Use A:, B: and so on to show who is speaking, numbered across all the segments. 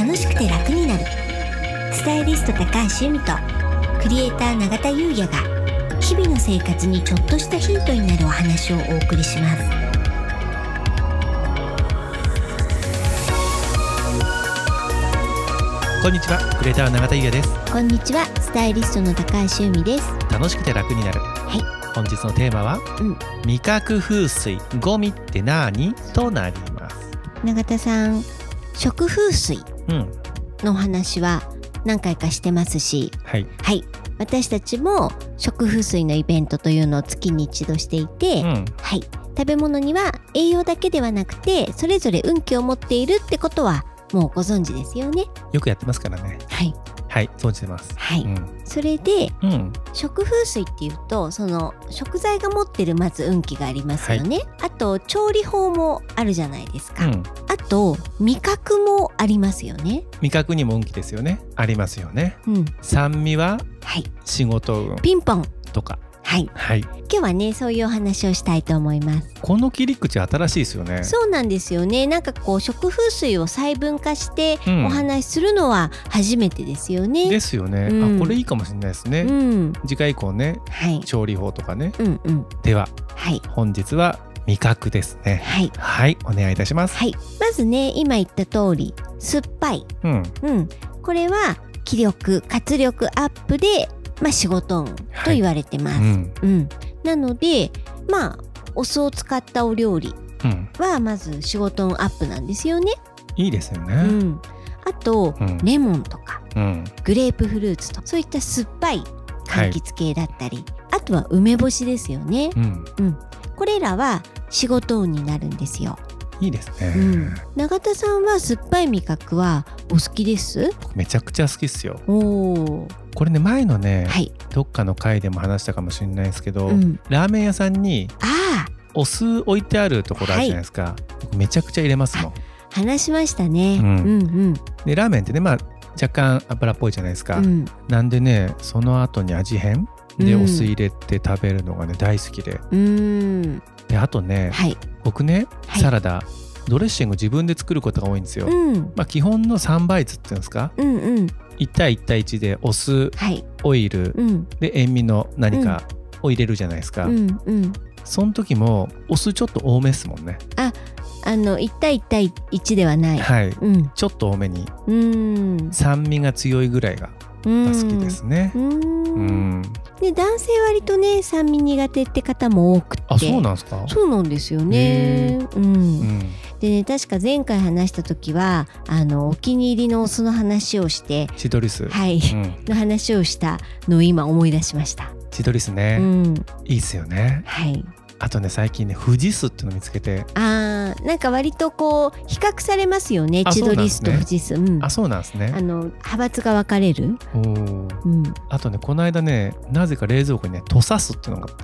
A: 楽しくて楽になる。スタイリスト高橋由美とクリエイター永田優也が日々の生活にちょっとしたヒントになるお話をお送りします。
B: こんにちは、クリエイター永田優也です。
A: こんにちは、スタイリストの高橋由美です。
B: 楽しくて楽になる。
A: はい。
B: 本日のテーマは、味覚風水ゴミって何となります。
A: 永田さん、食風水の話は何回かしてますし、はい、私たちも食風水のイベントというのを月に一度していて、食べ物には栄養だけではなくてそれぞれ運気を持っているってことはもうご存知ですよね。
B: よくやってますからね。はい、存じてます。それで、
A: 食風水っていうとその食材が持ってるまず運気がありますよね。あと調理法もあるじゃないですか。あと味覚もありますよね。
B: 味覚にも運気ですよね。ありますよね。酸味は仕事運、
A: ピンポン
B: とか。
A: 今日はねそういうお話をしたいと思います。
B: この切り口新しいですよね。
A: そうなんですよね。なんかこう食風水を細分化してお話しするのは初めてですよね。
B: ですよね。これいいかもしれないですね。次回以降ね、調理法とかね。では、本日は味覚ですね。お願いいたします。
A: まずね今言った通り酸っぱい、これは気力活力アップで仕事運と言われてます。なのでお酢を使ったお料理はまず仕事運アップなんですよね。
B: いいですよね。
A: あと、レモンとか、グレープフルーツとそういった酸っぱい柑橘系だったり、あとは梅干しですよね。これらは仕事運になるんですよ。
B: いいですね。
A: 永田さんは酸っぱい味覚はお好きです？
B: 僕めちゃくちゃ好きっすよ。これね前のね、どっかの回でも話したかもしれないですけど、ラーメン屋さんにお酢置いてあるところあるじゃないですか。僕めちゃくちゃ入れますもん。
A: 話しましたね。
B: でラーメンってね若干油っぽいじゃないですか。なんでねその後に味変でお酢入れて食べるのがね大好きで。であとね、僕ねサラダドレッシング自分で作ることが多いんですよ。基本の3倍酢っていうんですか、1対1対1でお酢、オイル、で塩味の何かを入れるじゃないですか。その時もお酢ちょっと多めですもんね。
A: 1対1対1ではない、
B: ちょっと多めに、酸味が強いぐらいが好きですね。
A: で男性割とね酸味苦手って方も多くて。
B: そうなんですか？そうなんですよ
A: ね。でね確か前回話した時はお気に入りのお酢の話をして
B: シドリス
A: の話をしたのを今思い出しました。
B: シドリスね、いいっすよね。あとね最近ね富士酢っての見つけて、
A: なんか割とこう比較されますよね。千鳥酢と富士酢。
B: そうなんですね。
A: 派閥が分かれる。
B: あとねこの間ねなぜか冷蔵庫にね土佐酢ってのがあって、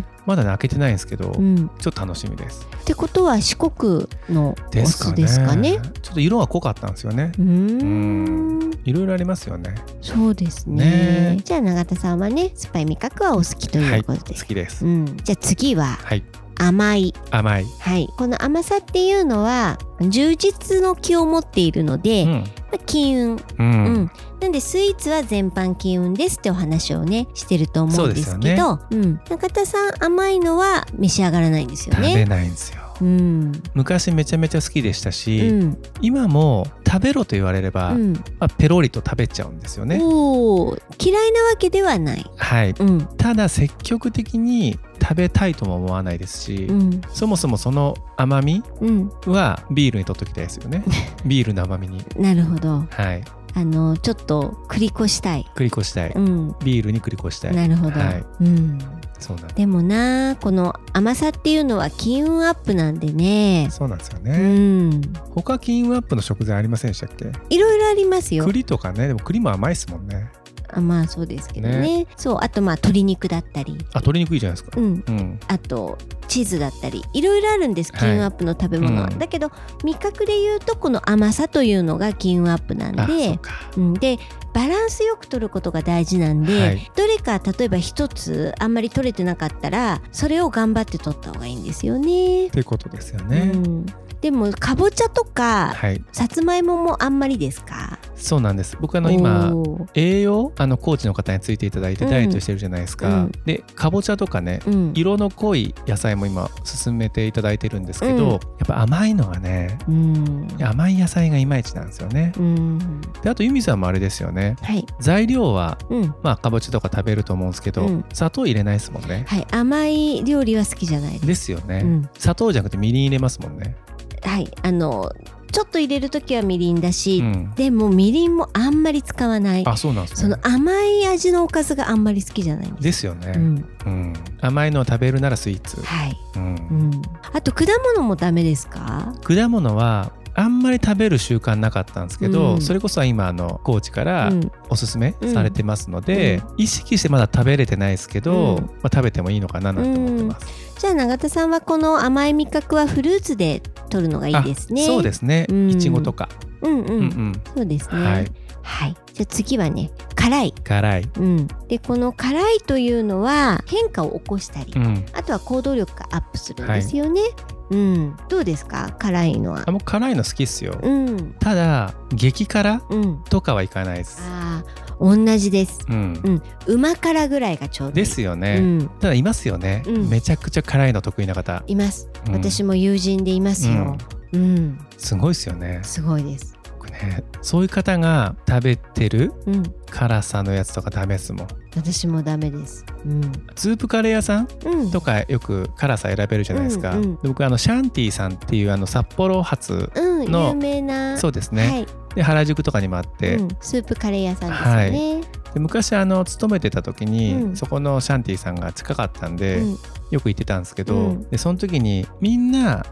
B: まだね開けてないんですけど、ちょっと楽しみです。
A: ってことは四国のお酢ですかね。
B: ちょっと色が濃かったんですよね。いろいろありますよね。
A: そうですね。じゃあ永田さんはね酸っぱい味覚はお好きということです。
B: 好きです。
A: じゃあ次は、甘い。この甘さっていうのは充実の気を持っているので、金運、なんでスイーツは全般金運ですってお話をねしてると思うんですけど、中田さん甘いのは召し上がらないんですよね。
B: 食べないんですよ。昔めちゃめちゃ好きでしたし、今も食べろと言われれば、ペロリと食べちゃうんですよね。
A: 嫌いなわけではない。
B: ただ積極的に食べたいとも思わないですし、そもそもその甘みはビールにとっときたいですよね。ビールの甘みに。
A: なるほど。ちょっと繰り越したい。
B: ビールに繰り越したい。
A: なるほど。
B: そうなん
A: でもなこの甘さっていうのは金運アップなんでね。
B: そうなんですよね。他金運アップの食材ありませんでしたっけ？
A: いろいろありますよ。
B: 栗とかね。でも栗も甘いですもんね。
A: そうですけどね。あと鶏肉だったり。
B: 鶏肉いいじゃないですか。
A: あとチーズだったりいろいろあるんです。金運アップの食べ物は。だけど味覚でいうとこの甘さというのが金運アップなんで、でバランスよく取ることが大事なんで、どれか例えば一つあんまり取れてなかったらそれを頑張って取った方がいいんですよね。
B: っていうことですよね。
A: でもかぼちゃとか、さつまいももあんまりですか？
B: そうなんです。僕今栄養コーチの方についていただいてダイエットしてるじゃないですか、でかぼちゃとかね、色の濃い野菜も今勧めていただいてるんですけど、やっぱ甘いのがね、甘い野菜がいまいちなんですよね。であとユミさんもあれですよね、材料は、かぼちゃとか食べると思うんですけど、砂糖入れないですもんね。
A: 甘い料理は好きじゃない
B: ですよね、砂糖じゃなくてみりん入れますもんね。
A: ちょっと入れるときはみりんだし、でもみりんもあんまり使わない。
B: そうなんですね。
A: その甘い味のおかずがあんまり好きじゃないんです。
B: ですよね、甘いのを食べるならスイーツ。
A: あと果物もダメですか？
B: 果物はあんまり食べる習慣なかったんですけど、それこそ今コーチからおすすめされてますので、意識してまだ食べれてないですけど、食べてもいいのかななんて思ってます。
A: じゃあ永田さんはこの甘い味覚はフルーツで取るのがいいですね。
B: そうですね、いちごとか。
A: そうですね。じゃあ次はね、辛い。でこの辛いというのは変化を起こしたり、あとは行動力がアップするんですよね。どうですか、辛いのは？
B: もう辛いの好きっすよ。ただ激辛とかはいかないです。
A: 同じです。うま辛ぐらいがちょうどいい
B: ですよね。ただいますよね、めちゃくちゃ辛いの得意な方
A: います。私も友人でいますよ。
B: すごいですよね。
A: すごいです。
B: そういう方が食べてる辛さのやつとかダメですもん。
A: 私もダメです。
B: スープカレー屋さんとかよく辛さ選べるじゃないですか。僕シャンティさんっていう札幌発の
A: 有名な、
B: そうですね、で原宿とかにもあって、
A: スープカレー屋さんですよね。
B: で昔勤めてた時に、そこのシャンティさんが近かったんで、よく行ってたんですけど、でその時にみんな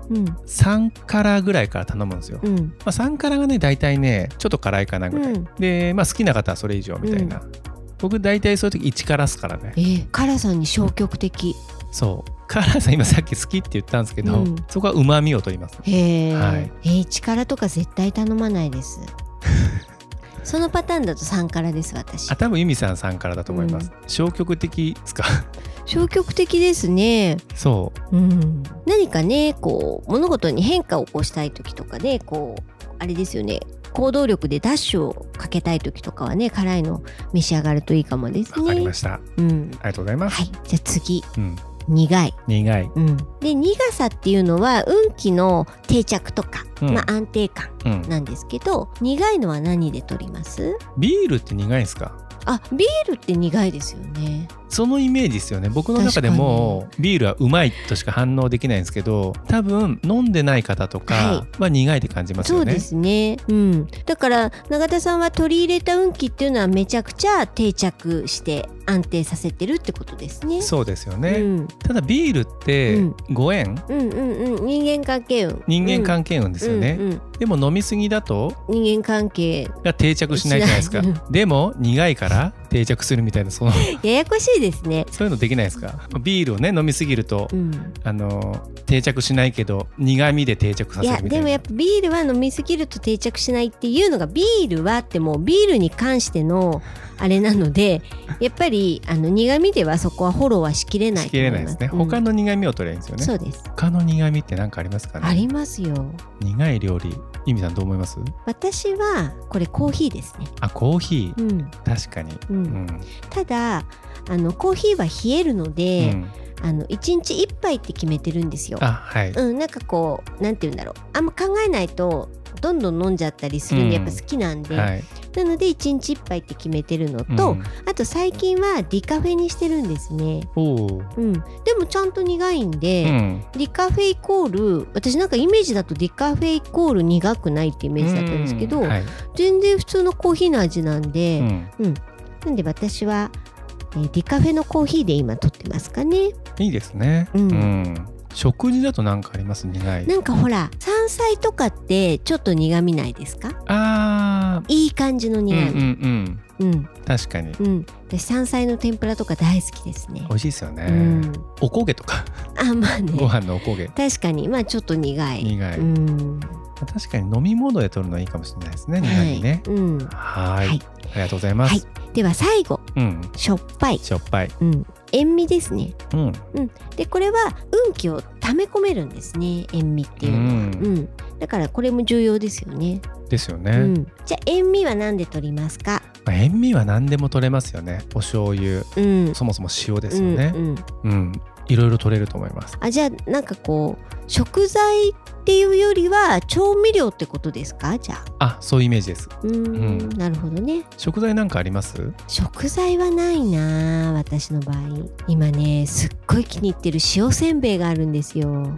B: 3辛ぐらいから頼むんですよ。3辛がね大体ねちょっと辛いかなぐらい、で好きな方はそれ以上みたいな。僕大体そういう時1辛っすからね。
A: 辛さに消極的。
B: そう辛さ今さっき好きって言ったんですけど、そこは旨味を取ります。
A: 1辛とか絶対頼まないです。そのパターンだと3辛です私。
B: 多分ユミさん3辛だと思います。消極的ですか？
A: 消極的ですね。
B: そう、
A: 何かね物事に変化を起こしたい時とかであれですよね、行動力でダッシュをかけたい時とかはね、辛いの召し上がるといいかもですね。
B: わかりました、ありがとうございます。
A: じゃあ次、苦い。で苦さっていうのは運気の定着とか、安定感なんですけど、苦いのは何で取ります？
B: ビールって苦いんですか？
A: ビールって苦いですよね。
B: そのイメージですよね。僕の中でもビールはうまいとしか反応できないんですけど、多分飲んでない方とかは苦いって感じますよね。
A: そうですね、だから永田さんは取り入れた運気っていうのはめちゃくちゃ定着して安定させてるってことですね。
B: そうですよね、ただビールってご縁、
A: 人間関係運、
B: ですよね、でも飲みすぎだと
A: 人間関係
B: が定着しないじゃないですか。でも苦いから定着するみたいな、
A: ややこしいですね。
B: そういうのできないですか？ビールをね飲みすぎると、定着しないけど苦味で定着させるみたいな。
A: でもやっぱビールは飲みすぎると定着しないっていうのが、ビールはってもうビールに関してのあれなので、やっぱり苦味ではそこはフォローはしきれないと思います。
B: しきれないですね、他の苦味を取ればいいんですよね。
A: そうです。
B: 他の苦味って何かありますかね？
A: ありますよ。
B: 苦い料理、ゆみさんどう思います？
A: 私はこれコーヒーですね。
B: コーヒー、確かに、
A: ただコーヒーは冷えるので、1日1杯って決めてるんですよ。なんかなんて言うんだろう、あんま考えないとどんどん飲んじゃったりするんで、やっぱ好きなんで、なので1日1杯って決めてるのと、あと最近はディカフェにしてるんですね。でもちゃんと苦いんで、ディカフェイコール、私なんかイメージだとディカフェイコール苦くないってイメージだったんですけど、全然普通のコーヒーの味なんで、なんで私はディカフェのコーヒーで今取ってますかね。
B: いいですね。食事だと何かあります？苦い。なん
A: かほら山菜とかってちょっと苦味ないですか？いい感じの苦味。
B: 確かに。
A: 私山菜の天ぷらとか大好きですね。
B: 美味しいですよね。おこげとか。ご飯のおこげ。
A: 確かにちょっと苦い。
B: 確かに飲み物で取るのはいいかもしれないですね。苦味ね。はい。ありがとうございます。
A: では最後、しょっぱい。
B: しょっぱい。
A: 塩味ですね。でこれは運気を溜め込めるんですね、塩味っていうのは。だからこれも重要ですよね。
B: ですよね。
A: じゃあ塩味は何で取りますか？
B: 塩味は何でも取れますよね。お醤油、そもそも塩ですよね。いろいろ取れると思います。
A: じゃあなんかこう食材っていうよりは調味料ってことですか？じゃあ
B: そういうイメージです。
A: なるほどね。
B: 食材なんかあります？
A: 食材はないな、私の場合。今ねすっごい気に入ってる塩せんべいがあるんですよ。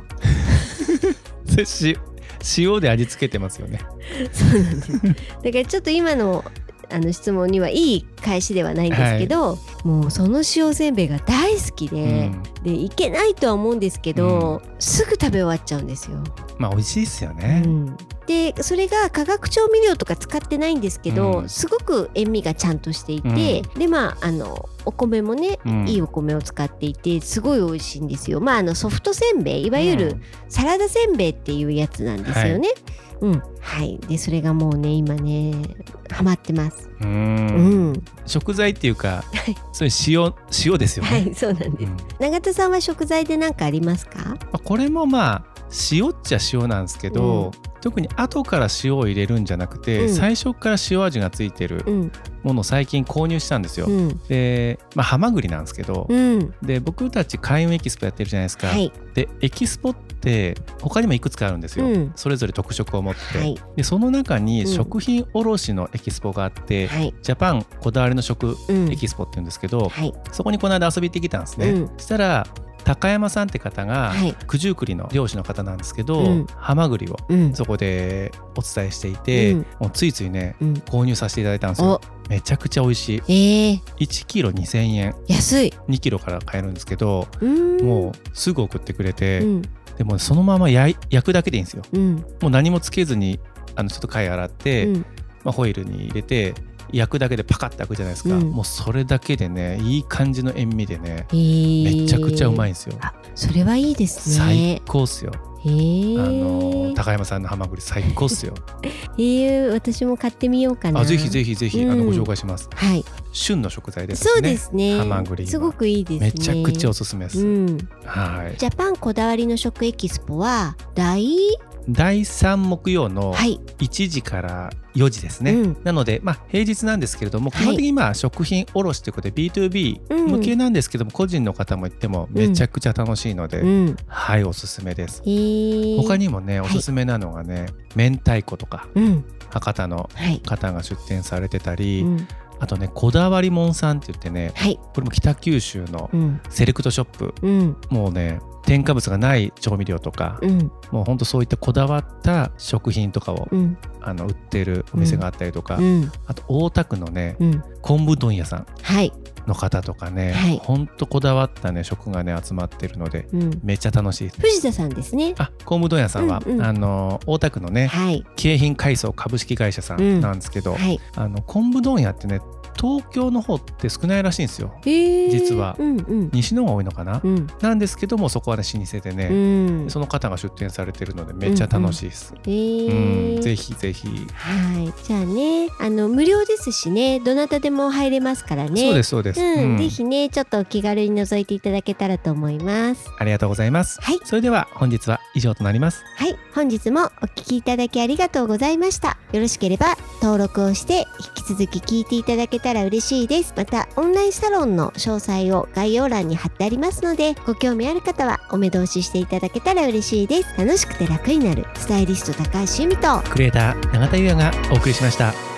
B: 塩で味付けてますよね。
A: そうなんです。だからちょっと今の質問にはいい返しではないんですけど、もうその塩せんべいが大好きで、でいけないとは思うんですけど、すぐ食べ終わっちゃうんですよ。
B: 美味しいですよね。
A: でそれが化学調味料とか使ってないんですけど、すごく塩味がちゃんとしていて、でお米もね、いいお米を使っていてすごい美味しいんですよ。ソフトせんべい、いわゆるサラダせんべいっていうやつなんですよね。でそれがもうね今ねハマってます。
B: 食材っていうかそれ塩ですよね。
A: そうなんです。永田さんは食材で何かありますか？
B: これも塩っちゃ塩なんですけど、特に後から塩を入れるんじゃなくて、最初から塩味がついてるものを最近購入したんですよ。で、ハマグリなんですけど、で僕たち開運エキスポやってるじゃないですか。でエキスポって他にもいくつかあるんですよ。それぞれ特色を持って、でその中に食品卸のエキスポがあって、ジャパンこだわりの食エキスポっていうんですけど、そこにこの間遊びに行ってきたんですね。そしたら高山さんって方が九十九里の漁師の方なんですけど、ハマグリをそこでお伝えしていて、もうついついね、購入させていただいたんですよ。めちゃくちゃ美味しい。1キロ2000円、安い。2キロから買えるんですけど、もうすぐ送ってくれて、でもそのまま焼くだけでいいんですよ。もう何もつけずにちょっと貝洗って、ホイルに入れて焼くだけでパカッて開くじゃないですか。もうそれだけでね、いい感じの塩味でね、めちゃくちゃうまいんですよ。
A: それはいいです
B: ね。最高っすよ。高山さんのハマグリ最高っすよ。
A: 私も買ってみようかな。
B: ぜひぜひぜひご紹介します。旬の食材ですね。
A: そうですね。
B: ハマグリ
A: すごくいいですね。
B: めちゃくちゃおすすめです。ジ
A: ャパンこだわりの食エキスポは
B: 第3木曜の1時から4時ですね。なので平日なんですけれども、基本的に食品卸ということで B2B 向けなんですけども、個人の方も行ってもめちゃくちゃ楽しいので、おすすめです。他にもね、おすすめなのがね、明太子とか博多の方が出店されてたり、あとね、こだわりもんさんって言ってね、これも北九州のセレクトショップ、もうね添加物がない調味料とか、もうほんとそういったこだわった食品とかを、売ってるお店があったりとか、あと大田区のね、昆布問屋さんの方とかね、ほんとこだわったね食がね集まってるので、めっちゃ楽しいです。
A: 藤田さんですね。
B: 昆布問屋さんは、大田区のね、京浜海藻株式会社さんなんですけど、昆布問屋ってね、東京の方って少ないらしいんですよ。実は、西の方が多いのかな、なんですけども、そこはね老舗でね、その方が出店されてるのでめっちゃ楽しいです。ぜひぜひ。
A: じゃあね、無料ですしね、どなたでも入れますからね。
B: そうですそうです。
A: ぜひね、ちょっとお気軽に覗いていただけたらと思います。
B: ありがとうございます。それでは本日は以上となります。
A: 本日もお聞きいただきありがとうございました。よろしければ登録をして引き続き聞いていただけたら嬉しいです。またオンラインサロンの詳細を概要欄に貼ってありますので、ご興味ある方はお目通ししていただけたら嬉しいです。楽しくて楽になるスタイリスト高橋由美と
B: クリエイター永田優也がお送りしました。